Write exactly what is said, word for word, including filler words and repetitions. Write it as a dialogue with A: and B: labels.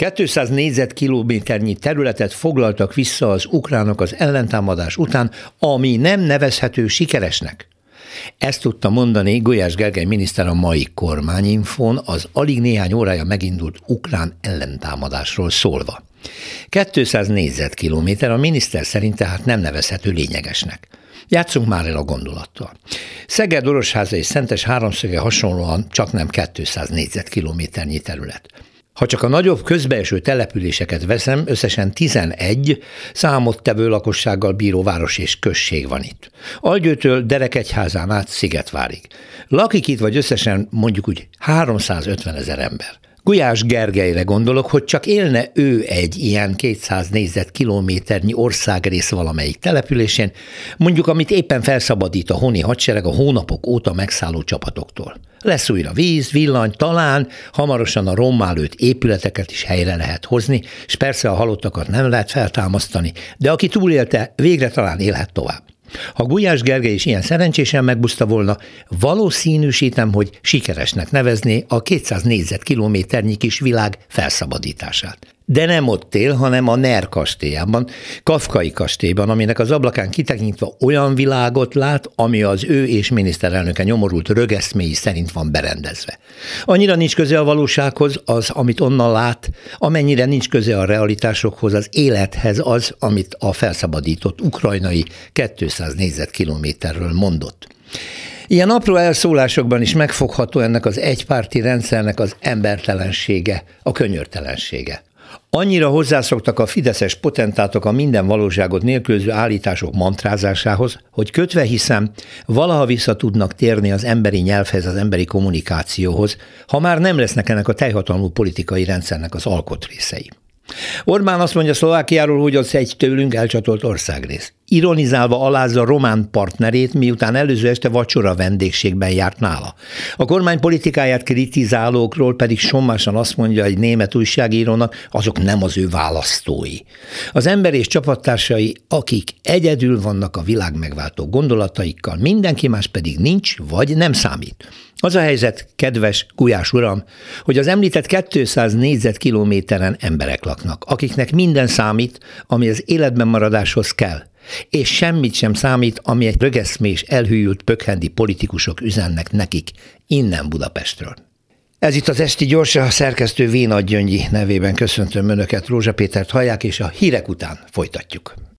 A: kétszáz négyzetkilométernyi területet foglaltak vissza az ukránok az ellentámadás után, ami nem nevezhető sikeresnek. Ezt tudta mondani Gulyás Gergely miniszter a mai kormányinfón az alig néhány órája megindult ukrán ellentámadásról szólva. kétszáz négyzetkilométer a miniszter szerint tehát nem nevezhető lényegesnek. Játsszunk már el a gondolattal. Szeged, Orosháza és Szentes háromszöge hasonlóan csak nem kétszáz négyzetkilométernyi terület. Ha csak a nagyobb közbeeső településeket veszem, összesen tizenegy számottevő lakossággal bíró város és község van itt. Algyőtől Derekegyházán át Szigetvárig. Lakik itt vagy összesen mondjuk úgy háromszázötven ezer ember. Gulyás Gergelyre gondolok, hogy csak élne ő egy ilyen kétszáz négyzetkilométernyi országrész valamelyik településén, mondjuk amit éppen felszabadít a honi hadsereg a hónapok óta megszálló csapatoktól. Lesz újra víz, villany, talán hamarosan a rommá lőtt épületeket is helyre lehet hozni, és persze a halottakat nem lehet feltámasztani, de aki túlélte, végre talán élhet tovább. Ha Gulyás Gergely is ilyen szerencsésen megbuszta volna, valószínűsítem, hogy sikeresnek nevezné a kétszáz négyzetkilométernyi kis világ felszabadítását. De nem ott él, hanem a Ner kastélyában, Kafkai kastélyban, aminek az ablakán kitekintve olyan világot lát, ami az ő és miniszterelnöke nyomorult rögeszméi szerint van berendezve. Annyira nincs köze a valósághoz az, amit onnan lát, amennyire nincs köze a realitásokhoz, az élethez az, amit a felszabadított ukrajnai kétszáz négyzetkilométerről mondott. Ilyen apró elszólásokban is megfogható ennek az egypárti rendszernek az embertelensége, a könyörtelensége. Annyira hozzászoktak a fideszes potentátok a minden valóságot nélkülöző állítások mantrázásához, hogy kötve hiszem, valaha vissza tudnak térni az emberi nyelvhez, az emberi kommunikációhoz, ha már nem lesznek ennek a teljhatalmú politikai rendszernek az alkotrészei. Orbán azt mondja Szlovákiáról, hogy az egy tőlünk elcsatolt országrész. Ironizálva alázza román partnerét, miután előző este vacsora vendégségben járt nála. A kormány politikáját kritizálókról pedig sommásan azt mondja egy német újságírónak, azok nem az ő választói. Az ember és csapattársai, akik egyedül vannak a világ megváltó gondolataikkal, mindenki más pedig nincs, vagy nem számít. Az a helyzet, kedves Gulyás uram, hogy az említett kétszáz négyzetkilométeren emberek laknak, akiknek minden számít, ami az életben maradáshoz kell, és semmit sem számít, ami egy rögeszmés, elhűült pökhendi politikusok üzennek nekik innen Budapestről. Ez itt az Esti Gyors, a szerkesztő Vénagy Gyöngyi nevében köszöntöm Önöket, Rózsa Pétert hallják, és a hírek után folytatjuk.